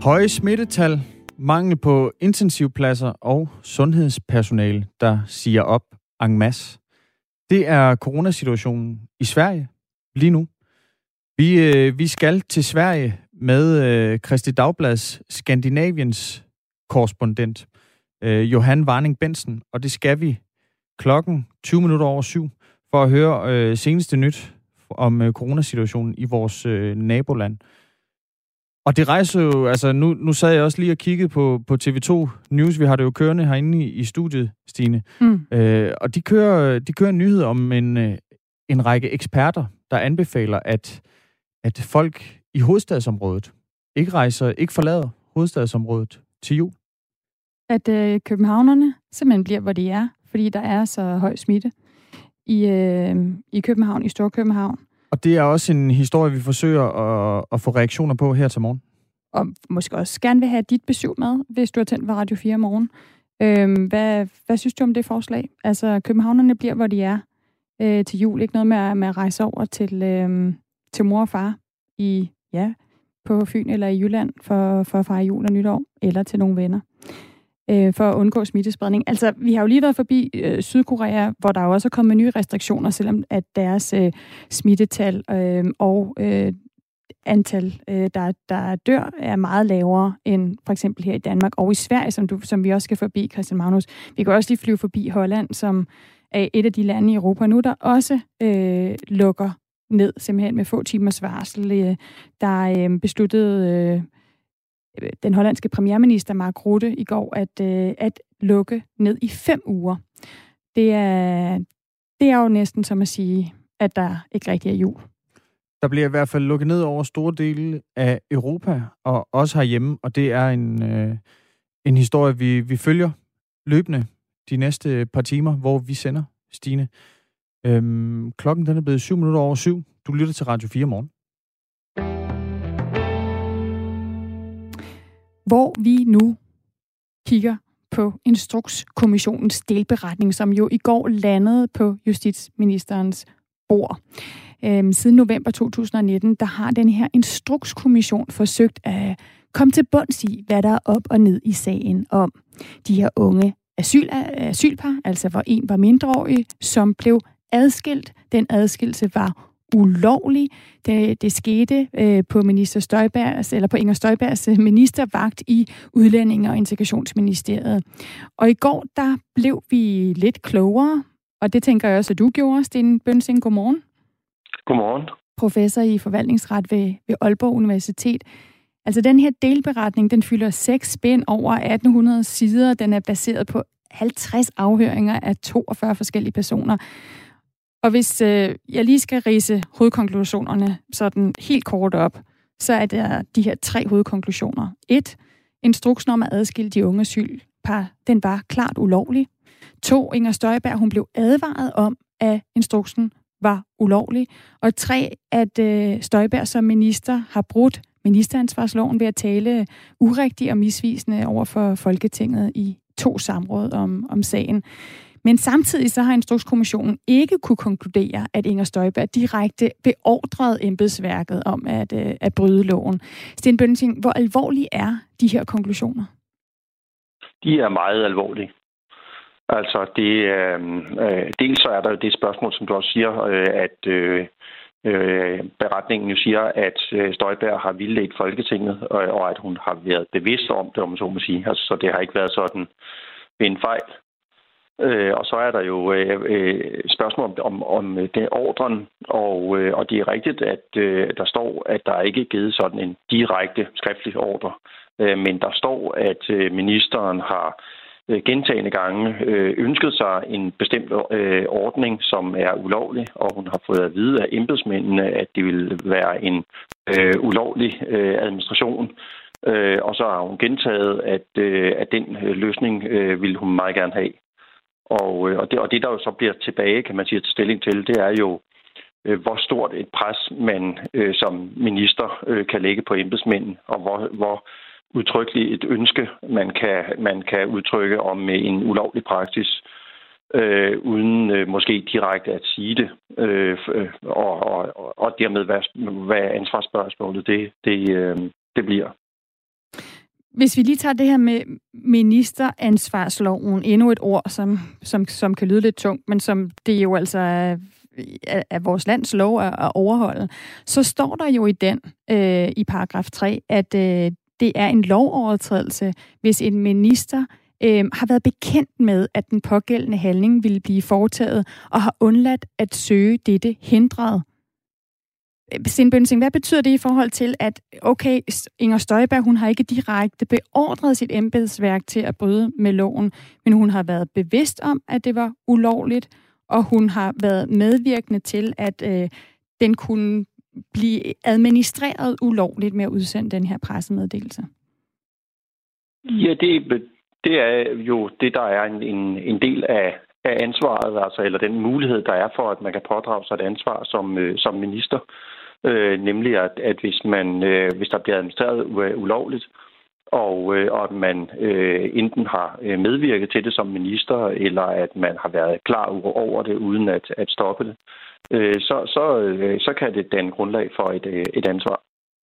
Høje smittetal, mangel på intensivpladser og sundhedspersonale, der siger op en masse. Det er coronasituationen i Sverige lige nu. Vi skal til Sverige med Kristi Dagblads Skandinaviens korrespondent, Johan Warning Bensen, og det skal vi klokken 7:20 for at høre seneste nyt om coronasituationen i vores naboland. Og det rejser jo, altså nu sad jeg også lige og kiggede på TV2 News, vi har det jo kørende herinde i studiet, Stine. Og de kører en nyhed om en række eksperter, der anbefaler, at folk i hovedstadsområdet ikke forlader hovedstadsområdet til jul. At københavnerne simpelthen bliver, hvor de er, fordi der er så høj smitte i København, i Storkøbenhavn. Og det er også en historie, vi forsøger at få reaktioner på her til morgen. Og måske også gerne vil have dit besøg med, hvis du har tændt ved Radio 4 morgen. Hvad synes du om det forslag? Altså, københavnerne bliver, hvor de er til jul. Ikke noget med at rejse over til mor og far på Fyn eller i Jylland for at fejre jul og nytår, eller til nogle venner. For at undgå smittespredning. Altså, vi har jo lige været forbi Sydkorea, hvor der jo også er kommet nye restriktioner, selvom at deres smittetal og antal, der dør, er meget lavere end for eksempel her i Danmark og i Sverige, som vi også skal forbi, Christian Magnus. Vi kan også lige flyve forbi Holland, som er et af de lande i Europa nu, der også lukker ned, simpelthen med få timers varsel. Der besluttede den hollandske premierminister Mark Rutte i går at lukke ned i 5 uger. Det er jo næsten som at sige, at der ikke rigtig er jul. Der bliver i hvert fald lukket ned over store dele af Europa, og også herhjemme, og det er en historie, vi følger løbende de næste par timer, hvor vi sender, Stine. Klokken den er blevet 7:07. Du lytter til Radio 4 morgen. Hvor vi nu kigger på Instrukskommissionens delberetning, som jo i går landede på justitsministerens bord. Siden november 2019, der har den her Instrukskommission forsøgt at komme til bunds i, hvad der er op og ned i sagen om de her unge asylpar, altså hvor en var mindreårig, som blev adskilt. Den adskillelse var ulovlig. Det skete på på Inger Støjbergs ministervagt i Udlændinge- og Integrationsministeriet. Og i går, der blev vi lidt klogere, og det tænker jeg også, at du gjorde, Sten Bønsing. Godmorgen. Godmorgen. Professor i forvaltningsret ved Aalborg Universitet. Altså den her delberetning, den fylder 6 bind over 1800 sider. Den er baseret på 50 afhøringer af 42 forskellige personer. Og hvis jeg lige skal ridse hovedkonklusionerne sådan helt kort op, så er der de her 3 hovedkonklusioner. 1. Instruksen om at adskille de unge asylpar, den var klart ulovlig. 2. Inger Støjberg, hun blev advaret om, at instruksen var ulovlig. Og 3. At Støjberg som minister har brudt ministeransvarsloven ved at tale urigtigt og misvisende over for Folketinget i 2 samråd om sagen. Men samtidig så har Instrukskommissionen ikke kunne konkludere, at Inger Støjberg direkte beordrede embedsværket om at bryde loven. Sten Bønsing, hvor alvorlige er de her konklusioner? De er meget alvorlige. Altså, dels så er der jo det spørgsmål, som du også siger, at beretningen jo siger, at Støjberg har vildledt Folketinget, og at hun har været bevidst om det, om man så må sige. Altså, så det har ikke været sådan en fejl. Og så er der jo spørgsmål om den ordren, og det er rigtigt, at der står, at der ikke er givet sådan en direkte skriftlig ordre, men der står, at ministeren har gentagne gange ønsket sig en bestemt ordning, som er ulovlig, og hun har fået at vide af embedsmændene, at det vil være en ulovlig administration. Og så har hun gentaget, at den løsning vil hun meget gerne have. Og det, der jo så bliver tilbage, kan man sige, til stilling til, det er jo, hvor stort et pres man som minister kan lægge på embedsmænd, og hvor udtrykkeligt et ønske man kan udtrykke om en ulovlig praksis, uden måske direkte at sige det, og dermed hvad ansvarsspørgsmålet det bliver. Hvis vi lige tager det her med ministeransvarsloven, endnu et ord, som kan lyde lidt tungt, men som det jo altså er vores lands lov at overholde, så står der jo i den, i paragraf 3, at det er en lovovertrædelse, hvis en minister har været bekendt med, at den pågældende handling ville blive foretaget, og har undladt at søge dette hindret. Sten Bønsing, hvad betyder det i forhold til, at okay, Inger Støjberg, hun har ikke direkte beordret sit embedsværk til at bryde med loven, men hun har været bevidst om, at det var ulovligt, og hun har været medvirkende til, at den kunne blive administreret ulovligt med at udsende den her pressemeddelelse? Ja, det er jo det, der er en del af ansvaret, altså, eller den mulighed, der er for, at man kan pådrage sig et ansvar som minister. Nemlig, at hvis der bliver administreret ulovligt, og at man enten har medvirket til det som minister, eller at man har været klar over det, uden at stoppe det, så kan det danne grundlag for et ansvar.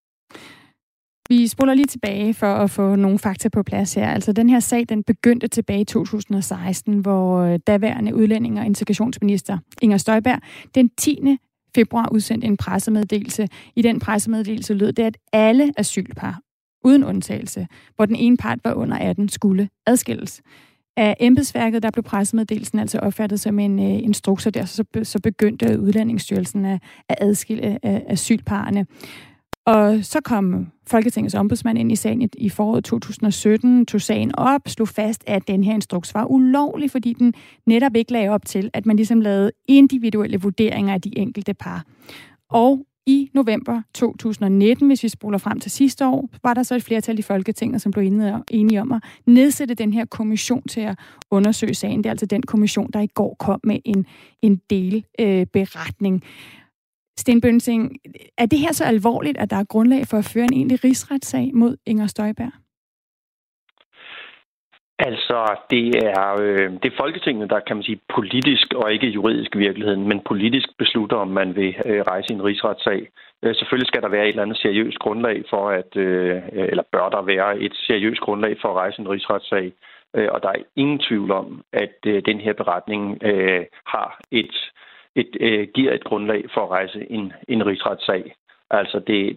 Vi spoler lige tilbage for at få nogle fakta på plads her. Altså den her sag, den begyndte tilbage i 2016, hvor daværende udlændinge- og integrationsminister Inger Støjberg den 10. februar udsendte en pressemeddelelse. I den pressemeddelelse lød det, at alle asylpar, uden undtagelse, hvor den ene part var under 18, skulle adskilles. Af embedsværket, der blev pressemeddelelsen altså opfattet som en instruks, og der så begyndte Udlændingsstyrelsen at adskille asylparerne. Og så kom Folketingets ombudsmand ind i sagen i foråret 2017, tog sagen op, slog fast, at den her instruks var ulovlig, fordi den netop ikke lagde op til, at man ligesom lavede individuelle vurderinger af de enkelte par. Og i november 2019, hvis vi spoler frem til sidste år, var der så et flertal i Folketinget, som blev enige om at nedsætte den her kommission til at undersøge sagen. Det er altså den kommission, der i går kom med en delberetning. Sten Bønsing, er det her så alvorligt, at der er grundlag for at føre en egentlig rigsretssag mod Inger Støjberg? Altså, det er Folketinget, der kan man sige politisk og ikke juridisk i virkeligheden, men politisk beslutter, om man vil rejse en rigsretssag. Selvfølgelig skal der være et eller andet seriøst grundlag for eller bør der være et seriøst grundlag for at rejse en rigsretssag. Og der er ingen tvivl om, at den her beretning har giver et grundlag for at rejse en rigsretssag. Altså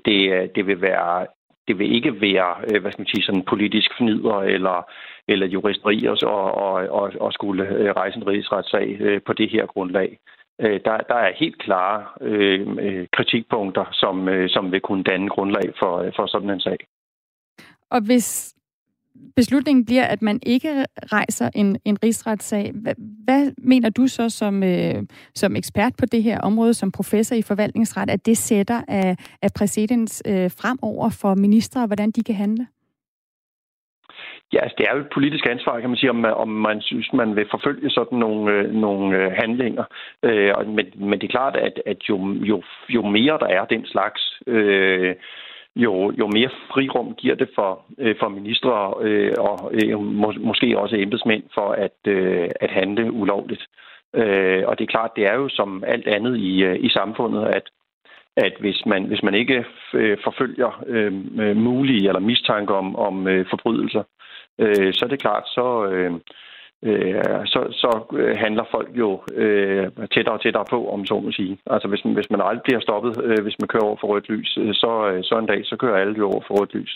det vil ikke være, hvad skal man sige, sådan politisk fnider eller juristeri og skulle rejse en rigsretssag på det her grundlag. Der er helt klare kritikpunkter, som vil kunne danne grundlag for sådan en sag. Og hvis beslutningen bliver, at man ikke rejser en rigsretssag, hvad mener du så som ekspert på det her område, som professor i forvaltningsret, at det sætter af præcedens fremover for ministre, hvordan de kan handle? Ja, altså, det er jo et politisk ansvar, kan man sige, om man synes, man vil forfølge sådan nogle handlinger. Men det er klart, at jo mere der er den slags, jo mere frirum giver det for ministre og måske også embedsmænd for at handle ulovligt. Og det er klart, det er jo som alt andet i samfundet, at hvis man ikke forfølger mulige eller mistanke om forbrydelser, så er det klart, så handler folk jo tættere og tættere på, om så må sige. Altså hvis man aldrig bliver stoppet, hvis man kører over for rødt lys, så en dag, så kører alle jo over for rødt lys.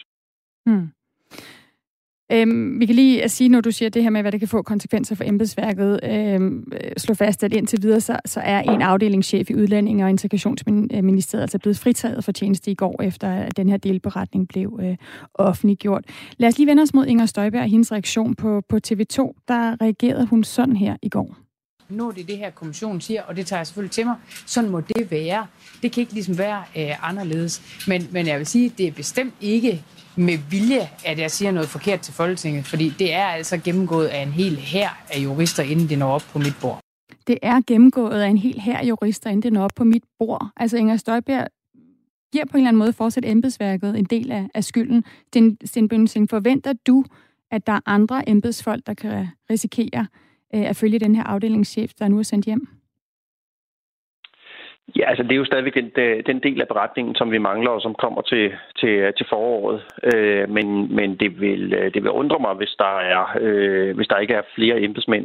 Vi kan lige sige, når du siger det her med, hvad det kan få konsekvenser for embedsværket, slå fast, at indtil videre, så er en afdelingschef i Udlændinge- og Integrationsministeriet altså blevet fritaget for tjeneste i går, efter at den her delberetning blev offentliggjort. Lad os lige vende os mod Inger Støjberg og hendes reaktion på TV2. Der reagerede hun sådan her i går. Nu er det her, kommissionen siger, og det tager jeg selvfølgelig til mig. Sådan må det være. Det kan ikke ligesom være anderledes. Men jeg vil sige, det er bestemt ikke med vilje, at jeg siger noget forkert til Folketinget, fordi det er altså gennemgået af en hel hær af jurister, inden det når op på mit bord. Det er gennemgået af en hel hær af jurister, inden det når op på mit bord. Altså Inger Støjberg giver på en eller anden måde fortsat embedsværket en del af skylden. Sten Bønsing, forventer du, at der er andre embedsfolk, der kan risikere at følge den her afdelingschef, der nu er sendt hjem? Ja, altså det er jo stadigvæk den del af beretningen, som vi mangler, og som kommer til foråret. Men det vil undre mig, hvis der ikke er flere embedsmænd,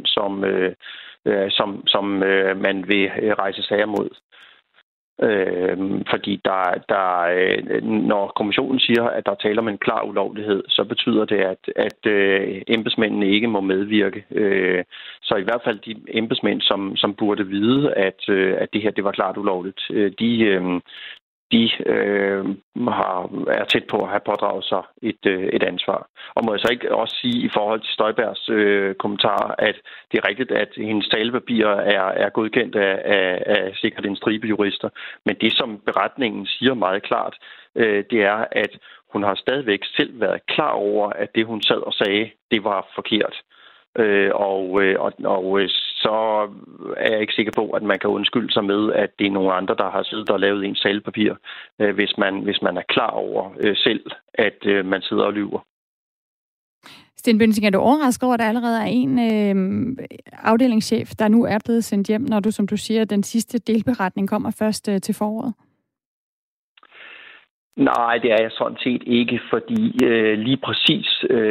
som man vil rejse sager mod. Fordi når kommissionen siger, at der taler om en klar ulovlighed, så betyder det, at embedsmændene ikke må medvirke. Så i hvert fald de embedsmænd, som burde vide, at det her det var klart ulovligt, de er tæt på at have pådraget sig et ansvar. Og må jeg så ikke også sige i forhold til Støjbergs kommentarer, at det er rigtigt, at hendes talepapirer er godkendt af sikkert en stribe jurister. Men det, som beretningen siger meget klart, det er, at hun har stadigvæk selv været klar over, at det, hun sad og sagde, det var forkert. Og så er jeg ikke sikker på, at man kan undskylde sig med, at det er nogle andre, der har siddet og lavet ens talepapir, hvis man er klar over selv, at man sidder og lyver. Sten Bønsing, er du overrasket over, at der allerede er en afdelingschef, der nu er blevet sendt hjem, når du, som du siger, den sidste delberetning kommer først til foråret? Nej, det er jeg sådan set ikke, fordi lige præcis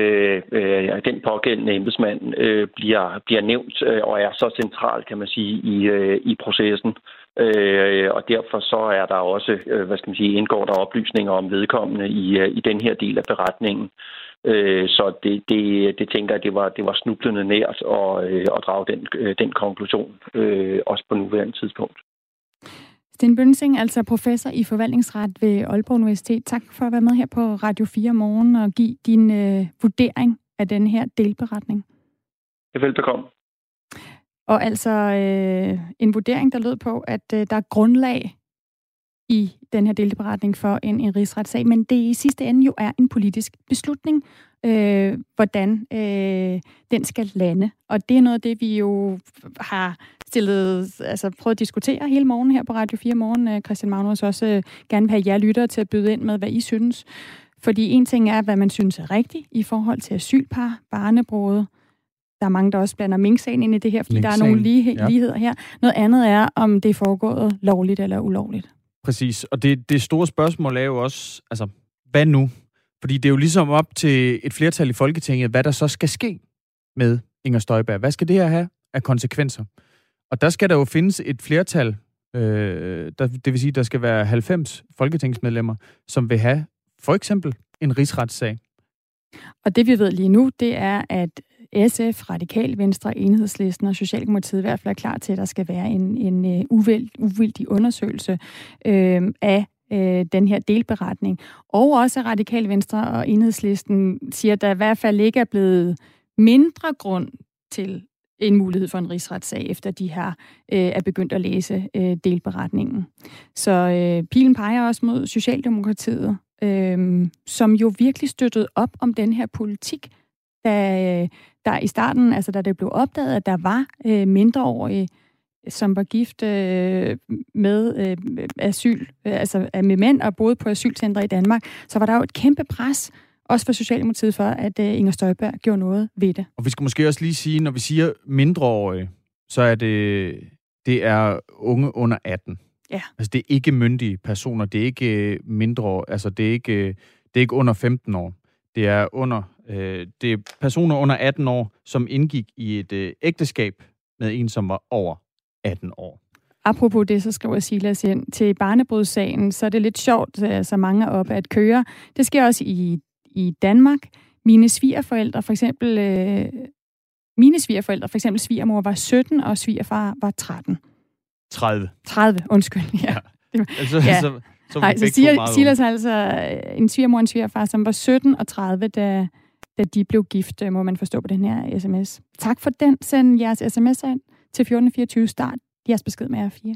den pågældende embedsmand bliver nævnt og er så central, kan man sige, i processen. Og derfor så er der også, indgår der oplysninger om vedkommende i den her del af beretningen. Så det tænker jeg, det var snublende nært at drage den konklusion, også på nuværende tidspunkt. Sten Bønsing, altså professor i forvaltningsret ved Aalborg Universitet. Tak for at være med her på Radio 4 Morgen og give din vurdering af den her delberetning. Velbekomme. Og altså en vurdering, der lød på, at der er grundlag i den her delberetning for en rigsretssag, men det i sidste ende jo er en politisk beslutning, hvordan den skal lande. Og det er noget af det, vi jo har prøvet at diskutere hele morgen her på Radio 4 Morgen. Christian Magnus også gerne vil have jer lyttere til at byde ind med, hvad I synes. Fordi en ting er, hvad man synes er rigtigt i forhold til asylpar, barnebrude. Der er mange, der også blander Mink-sagen ind i det her, fordi der er nogle ligheder her. Noget andet er, om det er foregået lovligt eller ulovligt. Præcis, og det store spørgsmål er jo også, altså, hvad nu? Fordi det er jo ligesom op til et flertal i Folketinget, hvad der så skal ske med Inger Støjberg. Hvad skal det her have af konsekvenser? Og der skal der jo findes et flertal, det vil sige, der skal være 90 folketingsmedlemmer, som vil have for eksempel en rigsretssag. Og det vi ved lige nu, det er, at SF, Radikal Venstre, Enhedslisten og Socialdemokratiet i hvert fald er klar til, at der skal være en uvildig undersøgelse af den her delberetning. Og også Radikal Venstre og Enhedslisten siger, at der i hvert fald ikke er blevet mindre grund til en mulighed for en rigsretssag, efter de her er begyndt at læse delberetningen. Så pilen peger også mod Socialdemokratiet, som jo virkelig støttede op om den her politik, der i starten, altså da det blev opdaget, at der var mindreårige, som var gift med asyl, altså med mænd og boede på asylcentre i Danmark, så var der jo et kæmpe pres, også for Socialdemokratiet, for at Inger Støjberg gjorde noget ved det. Og vi skal måske også lige sige, når vi siger mindreårige, så er det er unge under 18. Ja. Altså det er ikke myndige personer, det er ikke mindreårige, altså det er ikke under 15 år. Det er personer under 18 år, som indgik i et ægteskab med en, som var over 18 år. Apropos det, så skriver Silas ind til barnebrudssagen, så er det lidt sjovt, så mange er oppe at køre. Det sker også i Danmark. Mine svigerforældre, for eksempel svigermor var 17, og svigerfar var 13. 30, undskyld. Ja. Så Silas altså en svigermor og en svigerfar, som var 17 og 30, da de blev gift, må man forstå på den her sms. Tak for den. Send jeres sms'er ind til 1424. Start jeres besked med R4.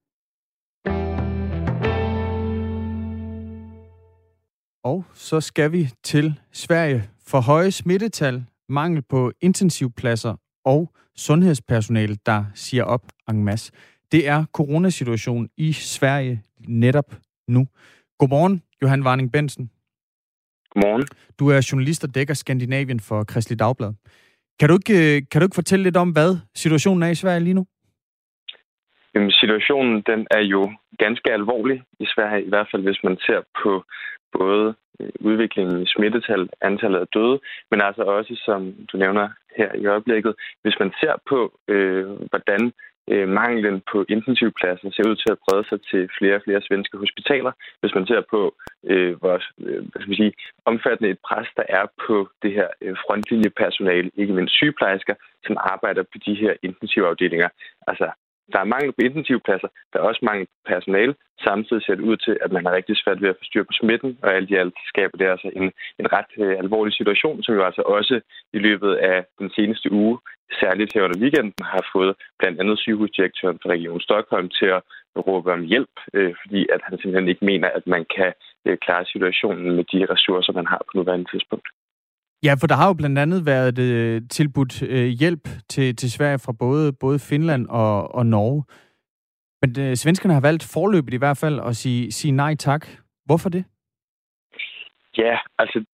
Og så skal vi til Sverige. For høje smittetal, mangel på intensivpladser og sundhedspersonale, der siger op en masse. Det er coronasituationen i Sverige netop nu. Godmorgen, Johan Warning Bensen. Godmorgen. Du er journalist og dækker Skandinavien for Kristeligt Dagblad. Kan du ikke fortælle lidt om, hvad situationen er i Sverige lige nu? Situationen den er jo ganske alvorlig i Sverige, i hvert fald hvis man ser på både udviklingen i smittetal, antallet af døde, men altså også, som du nævner her i øjeblikket, hvis man ser på, hvordan manglen på intensivpladser ser ud til at brede sig til flere og flere svenske hospitaler. Hvis man ser på, hvor omfattende et pres der er på det her frontlinjepersonale, ikke mindst sygeplejersker, som arbejder på de her intensivafdelinger. Altså, der er mangel på intensivpladser, der er også mangel på personale. Samtidig ser det ud til, at man har rigtig svært ved at få styr på smitten, og alt i alt skaber det altså en ret alvorlig situation, som jo altså også i løbet af den seneste uge, særligt her under weekenden, har fået blandt andet sygehusdirektøren for Region Stockholm til at råbe om hjælp, fordi at han simpelthen ikke mener, at man kan klare situationen med de ressourcer, man har på nuværende tidspunkt. Ja, for der har jo blandt andet været tilbudt hjælp til Sverige fra både Finland og Norge. Men svenskerne har valgt forløbet i hvert fald at sige nej tak. Hvorfor det? Ja, altså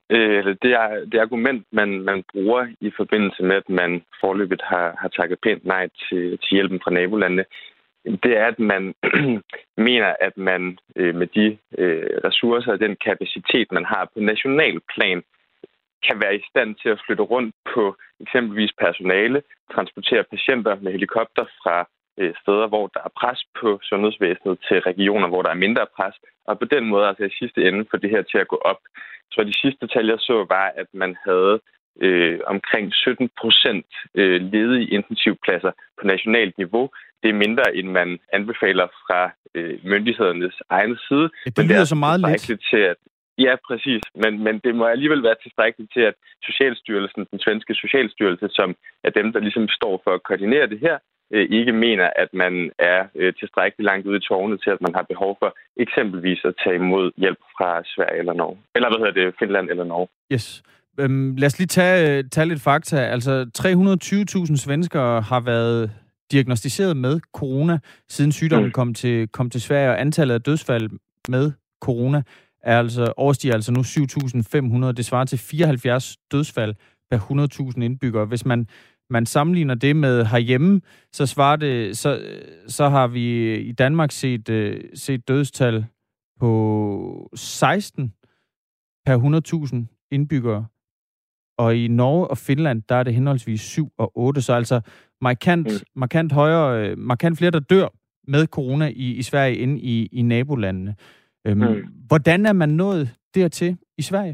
det argument, man bruger i forbindelse med, at man forløbet har takket pænt nej til hjælpen fra nabolandene, det er, at man mener, at man med de ressourcer og den kapacitet, man har på national plan, kan være i stand til at flytte rundt på eksempelvis personale, transportere patienter med helikopter fra steder, hvor der er pres på sundhedsvæsenet, til regioner, hvor der er mindre pres, og på den måde altså i sidste ende få det her til at gå op. Så de sidste tal, jeg så, var, at man havde omkring 17% ledige intensivpladser på nationalt niveau. Det er mindre, end man anbefaler fra myndighedernes egen side. Det lyder så meget lidt. Til at ja, præcis. Men det må alligevel være tilstrækkeligt til, at Socialstyrelsen, den svenske Socialstyrelse, som er dem, der ligesom står for at koordinere det her, ikke mener, at man er tilstrækkeligt langt ude i tårne til, at man har behov for eksempelvis at tage imod hjælp fra Sverige eller Norge. Eller Finland eller Norge. Yes. Lad os lige tage lidt fakta. Altså 320.000 svenskere har været diagnosticeret med corona, siden sygdommen kom til Sverige, og antallet af dødsfald med corona overstiger altså nu 7.500. Det svarer til 74 dødsfald per 100.000 indbyggere. Hvis man sammenligner det med herhjemme, så svarer det, så har vi i Danmark set dødstal på 16 per 100.000 indbyggere. Og i Norge og Finland, der er det henholdsvis 7 og 8. Så altså markant højere, markant flere, der dør med corona i Sverige end i nabolandene. Hvordan er man nået dertil i Sverige?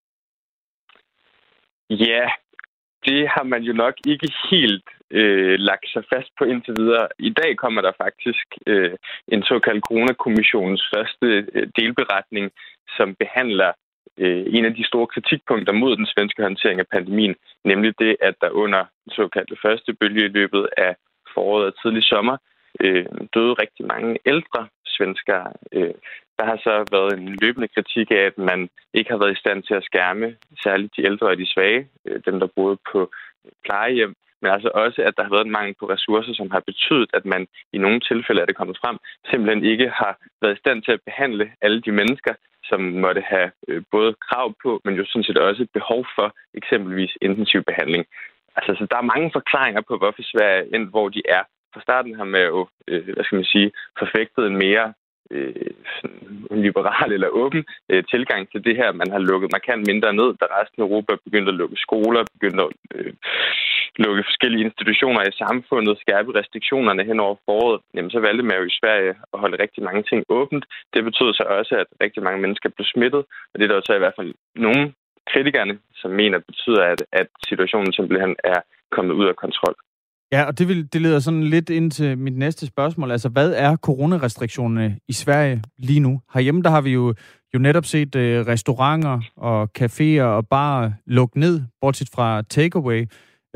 Ja, det har man jo nok ikke helt lagt sig fast på indtil videre. I dag kommer der faktisk en såkaldt coronakommissionens første delberetning, som behandler en af de store kritikpunkter mod den svenske håndtering af pandemien, nemlig det, at der under den såkaldte første bølge i løbet af foråret og tidlig sommer døde rigtig mange ældre svenskere. Der har så været en løbende kritik af, at man ikke har været i stand til at skærme særligt de ældre og de svage, dem der boede på plejehjem, men altså også, at der har været en mangel på ressourcer, som har betydet, at man i nogle tilfælde, er det kommet frem, simpelthen ikke har været i stand til at behandle alle de mennesker, som måtte have både krav på, men jo sådan set også behov for eksempelvis intensiv behandling. Altså, så der er mange forklaringer på, hvorfor Sverige er endt, hvor de er. Fra starten har man jo, forfægtet en mere liberal eller åben tilgang til det her. Man har lukket markant mindre ned, da resten af Europa begyndte at lukke skoler, begyndte at lukke forskellige institutioner i samfundet, skærpe restriktionerne hen over foråret. Jamen, så valgte man jo i Sverige at holde rigtig mange ting åbent. Det betød så også, at rigtig mange mennesker blev smittet, og det er der så i hvert fald nogle kritikerne, som mener, betyder, at situationen simpelthen er kommet ud af kontrol. Ja, og det leder sådan lidt ind til mit næste spørgsmål. Altså, hvad er coronarestriktionerne i Sverige lige nu? Herhjemme, der har vi jo netop set restauranter og caféer og barer lukke ned, bortset fra takeaway.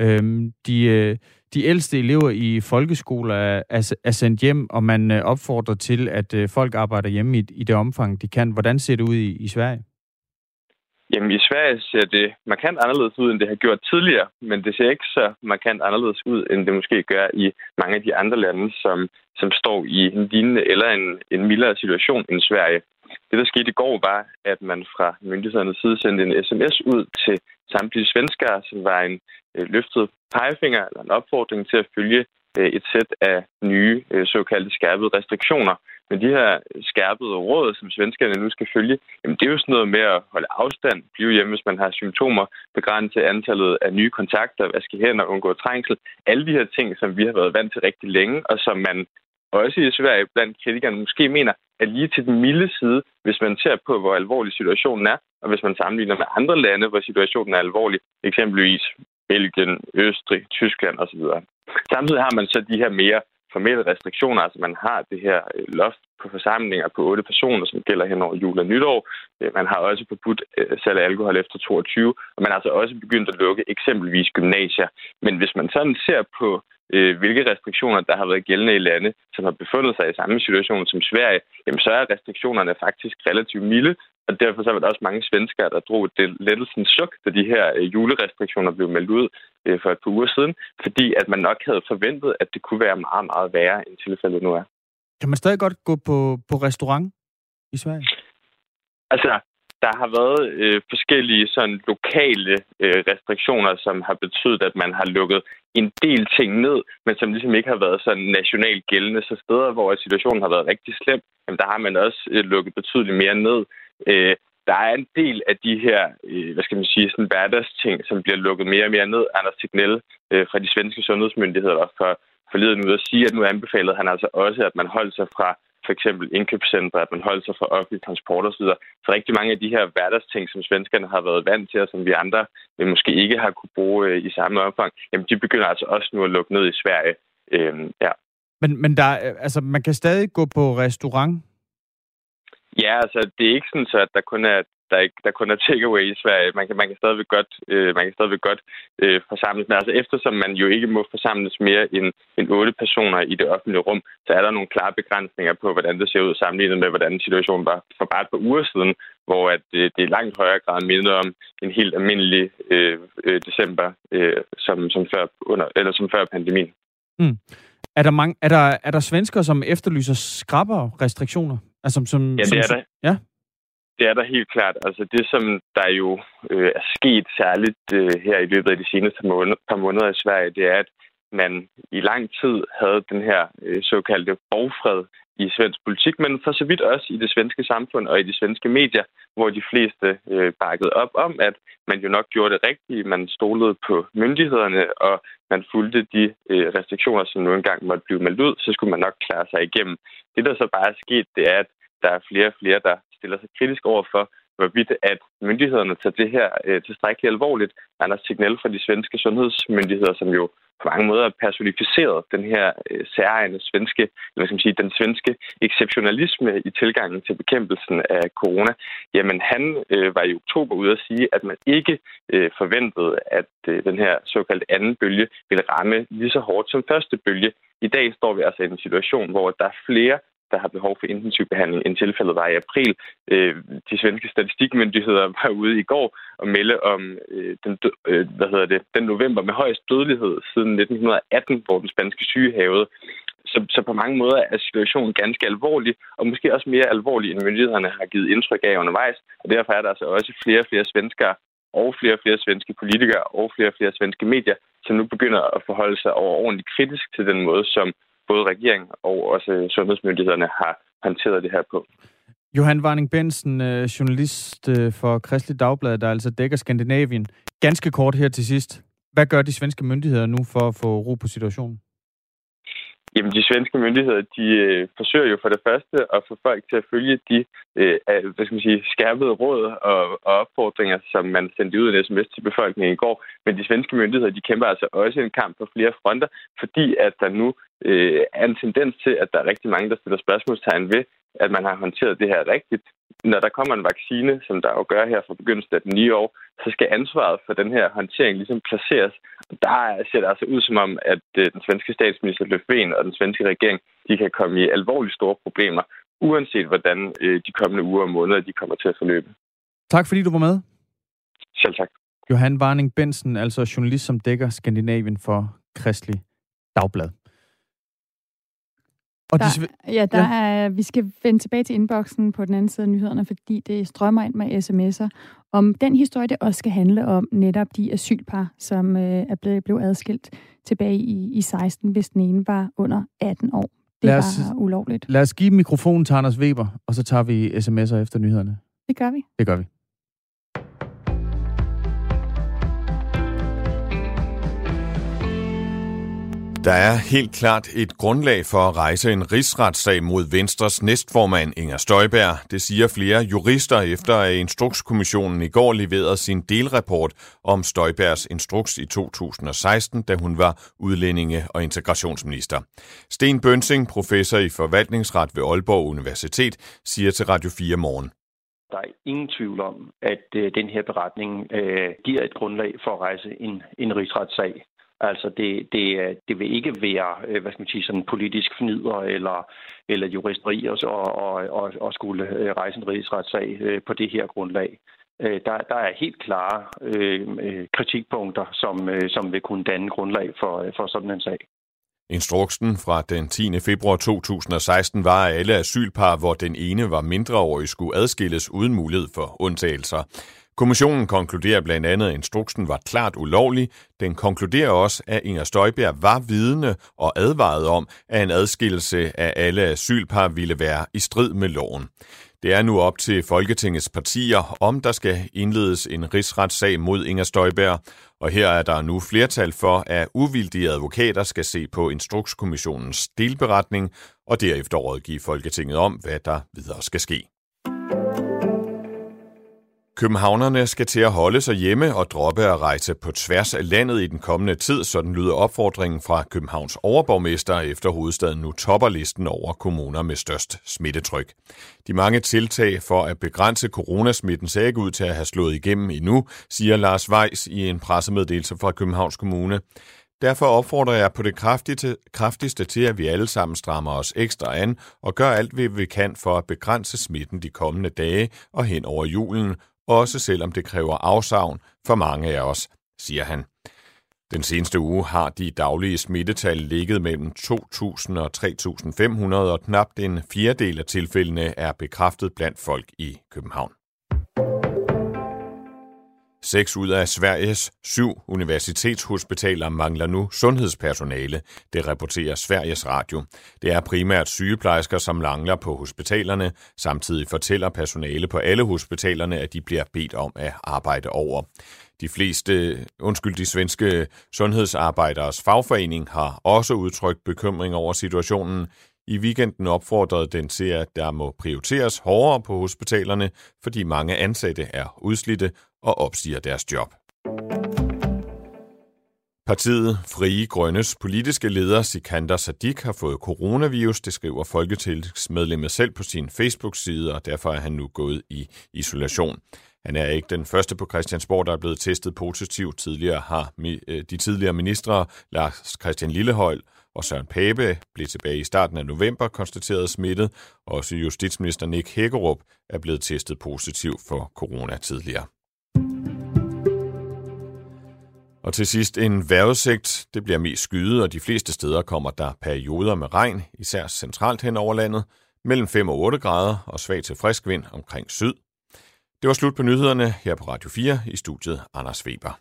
De ældste elever i folkeskoler er sendt hjem, og man opfordrer til, at folk arbejder hjemme i det omfang, de kan. Hvordan ser det ud i Sverige? Jamen, i Sverige ser det markant anderledes ud, end det har gjort tidligere, men det ser ikke så markant anderledes ud, end det måske gør i mange af de andre lande, som står i en lignende eller en mildere situation end Sverige. Det, der skete i går, var, at man fra myndighedernes side sendte en sms ud til samtlige svenskere, som var en løftet pegefinger eller en opfordring til at følge et sæt af nye såkaldte skærpede restriktioner. Men de her skærpede råd, som svenskerne nu skal følge, jamen det er jo sådan noget med at holde afstand, blive hjemme, hvis man har symptomer, begrænse antallet af nye kontakter, vaske hænder, undgå trængsel. Alle de her ting, som vi har været vant til rigtig længe, og som man også i Sverige blandt kritikerne måske mener er lige til den milde side, hvis man ser på, hvor alvorlig situationen er, og hvis man sammenligner med andre lande, hvor situationen er alvorlig, eksempelvis Belgien, Østrig, Tyskland osv. Samtidig har man så de her mere formelle restriktioner, altså man har det her loft på forsamlinger på 8 personer, som gælder hen over jul og nytår. Man har også forbudt salg af alkohol efter 22, og man har altså også begyndt at lukke eksempelvis gymnasier. Men hvis man sådan ser på, hvilke restriktioner, der har været gældende i lande, som har befundet sig i samme situation som Sverige, jamen så er restriktionerne faktisk relativt milde, og derfor så var der også mange svenskere, der drog det lettelsens chok, da de her julerestriktioner blev meldt ud for et par uger siden, fordi at man nok havde forventet, at det kunne være meget, meget værre, end tilfældet nu er. Kan man stadig godt gå på restaurant i Sverige? Altså, der har været forskellige sådan lokale restriktioner, som har betydet, at man har lukket en del ting ned, men som ligesom ikke har været sådan nationalt gældende. Så steder, hvor situationen har været rigtig slem, jamen, der har man også lukket betydeligt mere ned. Der er en del af de her, sådan hverdagsting, som bliver lukket mere og mere ned. Anders Tegnell fra de svenske sundhedsmyndigheder var forleden ud at sige, at nu anbefalede han altså også, at man holdt sig fra for eksempel indkøbscentre, at man holdt sig fra offentlig transport osv. Så rigtig mange af de her hverdagsting, som svenskerne har været vant til, og som vi andre måske ikke har kunne bruge i samme omfang, jamen de begynder altså også nu at lukke ned i Sverige. Ja. Men der, altså, man kan stadig gå på restaurant? Ja, altså det er ikke sådan, så at der kun er takeaway i Sverige. Man kan stadigvæk godt forsamles. Men altså eftersom man jo ikke må forsamles mere end 8 personer i det offentlige rum, så er der nogle klare begrænsninger på, hvordan det ser ud sammenlignet med, hvordan situationen var for bare et par uger siden, hvor at det i langt højere grad minder om en helt almindelig december, som før pandemien. Mm. Er der svensker, som efterlyser skrappere restriktioner? Altså, det er der. Ja? Det er der helt klart. Altså det, som der jo er sket særligt her i løbet af de seneste par måneder i Sverige, det er, at man i lang tid havde den her såkaldte borgfred i svensk politik, men for så vidt også i det svenske samfund og i de svenske medier, hvor de fleste bakkede op om, at man jo nok gjorde det rigtige. Man stolede på myndighederne, og man fulgte de restriktioner, som nu engang måtte blive meldt ud, så skulle man nok klare sig igennem. Det, der så bare er sket, det er, at der er flere og flere, der stiller sig kritisk over for, hvorvidt at myndighederne tager det her tilstrækkeligt alvorligt. Anders Tegnell fra de svenske sundhedsmyndigheder, som jo på mange måder personificeret den her særegne svenske, den svenske exceptionalisme i tilgangen til bekæmpelsen af corona. Jamen han var i oktober ude at sige, at man ikke forventede, at den her såkaldte anden bølge ville ramme lige så hårdt som første bølge. I dag står vi altså i en situation, hvor der er flere, der har behov for intensiv behandling, end tilfældet var i april. De svenske statistikmyndigheder var ude i går og melde om den november med højst dødelighed siden 1918, hvor den spanske syge havede. Så på mange måder er situationen ganske alvorlig, og måske også mere alvorlig, end myndighederne har givet indtryk af undervejs. Og derfor er der altså også flere og flere svenskere og flere svenske politikere og flere svenske medier, som nu begynder at forholde sig overordentligt kritisk til den måde, som både regeringen og også sundhedsmyndighederne har håndteret det her på. Johan Warning-Bentsen, journalist for Kristeligt Dagblad, der altså dækker Skandinavien. Ganske kort her til sidst. Hvad gør de svenske myndigheder nu for at få ro på situationen? Jamen, de svenske myndigheder, de forsøger jo for det første at få folk til at følge de skærpede råd og opfordringer, som man sendte ud en sms til befolkningen i går. Men de svenske myndigheder, de kæmper altså også en kamp på flere fronter, fordi at der nu er en tendens til, at der er rigtig mange, der stiller spørgsmålstegn ved, at man har håndteret det her rigtigt. Når der kommer en vaccine, som der jo gør her fra begyndelsen af det nye år, så skal ansvaret for den her håndtering ligesom placeres. Der ser det altså ud som om, at den svenske statsminister Löfven og den svenske regering, de kan komme i alvorligt store problemer, uanset hvordan de kommende uger og måneder, de kommer til at forløbe. Tak fordi du var med. Selv tak. Johan Warning-Bentsen, altså journalist, som dækker Skandinavien for Kristeligt Dagblad. Og vi skal vende tilbage til inboxen på den anden side af nyhederne, fordi det strømmer ind med sms'er om den historie, det også skal handle om netop de asylpar, som blev adskilt tilbage i 16, hvis den ene var under 18 år. Det var ulovligt. Lad os give mikrofonen til Anders Weber, og så tager vi sms'er efter nyhederne. Det gør vi. Det gør vi. Der er helt klart et grundlag for at rejse en rigsretssag mod Venstres næstformand Inger Støjberg. Det siger flere jurister efter, at Instrukskommissionen i går leverede sin delrapport om Støjbergs instruks i 2016, da hun var udlændinge- og integrationsminister. Sten Bønsing, professor i forvaltningsret ved Aalborg Universitet, siger til Radio 4 Morgen. Der er ingen tvivl om, at den her beretning giver et grundlag for at rejse en rigsretssag. Altså det vil ikke være, sådan politisk fnider eller juristeri og skulle rejse en rigsretssag på det her grundlag. Der er helt klare kritikpunkter, som vil kunne danne grundlag for sådan en sag. Instruksen fra den 10. februar 2016 var, at alle asylpar, hvor den ene var mindreårig, skulle adskilles uden mulighed for undtagelser. Kommissionen konkluderer blandt andet, at instruksen var klart ulovlig. Den konkluderer også, at Inger Støjberg var vidende og advaret om, at en adskillelse af alle asylpar ville være i strid med loven. Det er nu op til Folketingets partier, om der skal indledes en rigsretssag mod Inger Støjberg. Og her er der nu flertal for, at uvildige advokater skal se på Instrukskommissionens delberetning og derefter rådgive Folketinget om, hvad der videre skal ske. Københavnerne skal til at holde sig hjemme og droppe at rejse på tværs af landet i den kommende tid, sådan lyder opfordringen fra Københavns overborgmester, efter hovedstaden nu topper listen over kommuner med størst smittetryk. De mange tiltag for at begrænse coronasmitten ser ikke ud til at have slået igennem endnu, siger Lars Weiss i en pressemeddelelse fra Københavns Kommune. Derfor opfordrer jeg på det kraftigste til, at vi alle sammen strammer os ekstra an og gør alt, hvad vi kan for at begrænse smitten de kommende dage og hen over julen, også selvom det kræver afsavn for mange af os, siger han. Den seneste uge har de daglige smittetal ligget mellem 2.000 og 3.500, og knap en fjerdedel af tilfældene er bekræftet blandt folk i København. 6 ud af Sveriges 7 universitetshospitaler mangler nu sundhedspersonale, det rapporterer Sveriges Radio. Det er primært sygeplejersker, som mangler på hospitalerne. Samtidig fortæller personale på alle hospitalerne, at de bliver bedt om at arbejde over. De svenske sundhedsarbejderes fagforening har også udtrykt bekymring over situationen. I weekenden opfordrede den til, at der må prioriteres hårdere på hospitalerne, fordi mange ansatte er udslidte og opsiger deres job. Partiet Frie Grønnes politiske leder Sikander Siddique har fået coronavirus, det skriver folketingsmedlemmet selv på sin Facebook-side, og derfor er han nu gået i isolation. Han er ikke den første på Christiansborg, der er blevet testet positivt. Tidligere har de tidligere ministre Lars Christian Lilleholt og Søren Pape blev tilbage i starten af november konstateret smittet. Også justitsminister Nick Hækkerup er blevet testet positiv for corona tidligere. Og til sidst en vejrudsigt. Det bliver mest skyet, og de fleste steder kommer der perioder med regn, især centralt hen over landet, mellem 5 og 8 grader og svag til frisk vind omkring syd. Det var slut på nyhederne her på Radio 4 i studiet Anders Weber.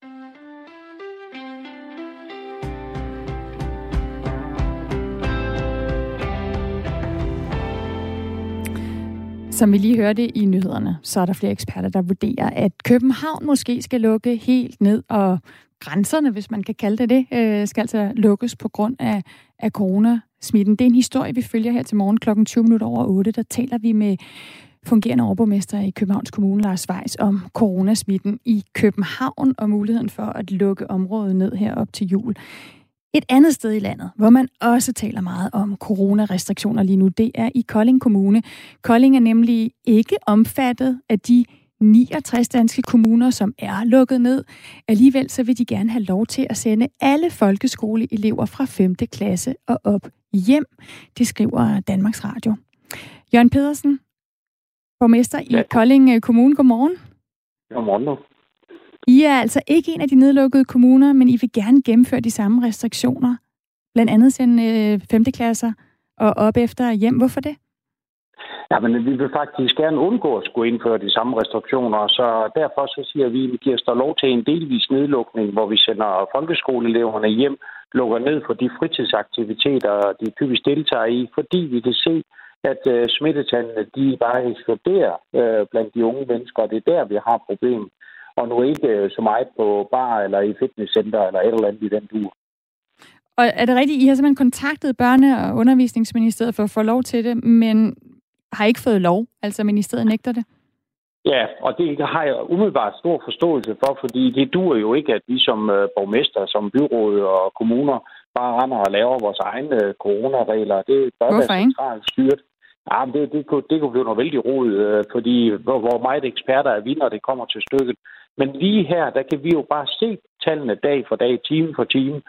Som vi lige hørte i nyhederne, så er der flere eksperter, der vurderer, at København måske skal lukke helt ned, og grænserne, hvis man kan kalde det, skal altså lukkes på grund af coronasmitten. Det er en historie, vi følger her til morgen klokken 7:20. Der taler vi med fungerende overborgmester i Københavns Kommune, Lars Weiss, om coronasmitten i København og muligheden for at lukke området ned her op til jul. Et andet sted i landet, hvor man også taler meget om coronarestriktioner lige nu, det er i Kolding Kommune. Kolding er nemlig ikke omfattet af de 69 danske kommuner, som er lukket ned. Alligevel så vil de gerne have lov til at sende alle folkeskoleelever fra 5. klasse og op hjem. Det skriver Danmarks Radio. Jørgen Pedersen, borgmester i Kolding Kommune. Godmorgen. Godmorgen. I er altså ikke en af de nedlukkede kommuner, men I vil gerne gennemføre de samme restriktioner. Blandt andet sende 5. klasser og op efter hjem. Hvorfor det? Men vi vil faktisk gerne undgå at skulle indføre de samme restriktioner, så derfor så siger vi, at vi giver os lov til en delvis nedlukning, hvor vi sender folkeskoleeleverne hjem, lukker ned for de fritidsaktiviteter, de typisk deltager i, fordi vi kan se, at smittetallene de bare eksploderer blandt de unge mennesker, og det er der, vi har problem. Og nu ikke så meget på bar eller i fitnesscenter eller et eller andet i den dur. Og er det rigtigt, I har simpelthen kontaktet børne- og undervisningsministeriet for at få lov til det, men har ikke fået lov? Altså ministeriet nægter det? Ja, og det har jeg umiddelbart stor forståelse for, fordi det duer jo ikke, at vi som borgmester, som byråd og kommuner bare render og laver vores egne coronaregler. Det bør være centralt styret. Ja, det kunne blive noget vældig rod, fordi hvor meget eksperter er vi, når det kommer til stykket. Men lige her, der kan vi jo bare se tallene dag for dag, time for time,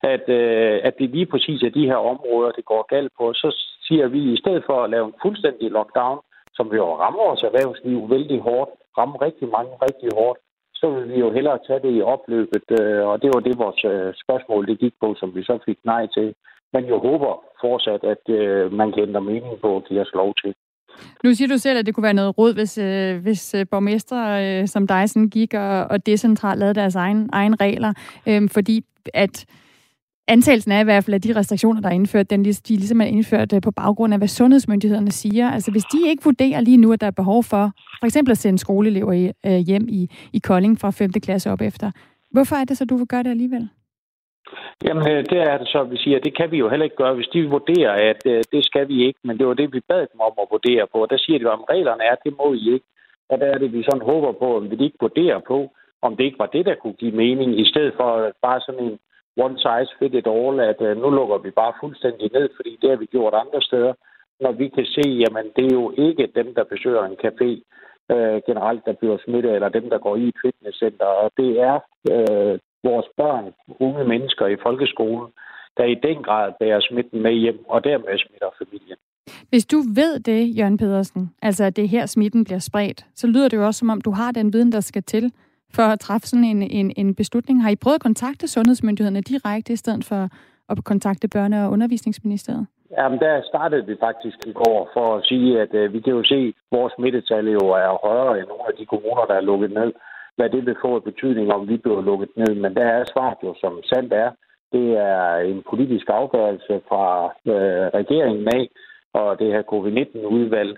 at det lige præcis er de her områder, det går galt på. Så siger vi, i stedet for at lave en fuldstændig lockdown, som jo rammer vores erhvervsliv vældig hårdt, rammer rigtig mange rigtig hårdt, så vil vi jo hellere tage det i opløbet, og det var det, vores spørgsmål det gik på, som vi så fik nej til. Men jeg håber fortsat, at man kan ændre mening på at give os lov til. Nu siger du selv, at det kunne være noget rod, hvis borgmestre som dig sådan gik og decentralt lavede deres egen regler, fordi at antagelsen er i hvert fald, at de restriktioner, der er indført, de ligesom er indført på baggrund af, hvad sundhedsmyndighederne siger. Altså hvis de ikke vurderer lige nu, at der er behov for eksempel at sende skoleelever hjem i Kolding fra 5. klasse op efter, hvorfor er det så, du vil gøre det alligevel? Jamen, det er det så, vi siger, det kan vi jo heller ikke gøre, hvis de vurderer, at det skal vi ikke, men det var det, vi bad dem om at vurdere på, og der siger de, om reglerne er, det må I ikke. Og der er det, vi sådan håber på, om vi ikke vurderer på, om det ikke var det, der kunne give mening, i stedet for bare sådan en one size fit it all, at nu lukker vi bare fuldstændig ned, fordi det har vi gjort andre steder, når vi kan se, jamen det er jo ikke dem, der besøger en café generelt, der bliver smittet, eller dem, der går i et fitnesscenter, og det er vores børn, unge mennesker i folkeskolen, der i den grad bærer smitten med hjem, og dermed smitter familien. Hvis du ved det, Jørgen Pedersen, altså at det her smitten bliver spredt, så lyder det jo også, som om du har den viden, der skal til for at træffe sådan en beslutning. Har I prøvet at kontakte sundhedsmyndighederne direkte, i stedet for at kontakte børne- og undervisningsministeriet? Jamen, der startede vi faktisk i går for at sige, at vi kan jo se, at vores smittetal jo er højere end nogle af de kommuner, der er lukket ned. Hvad det vil få en betydning, om vi bliver lukket ned. Men der er svaret jo, som sandt er. Det er en politisk afgørelse fra regeringen af, og det her covid-19-udvalg.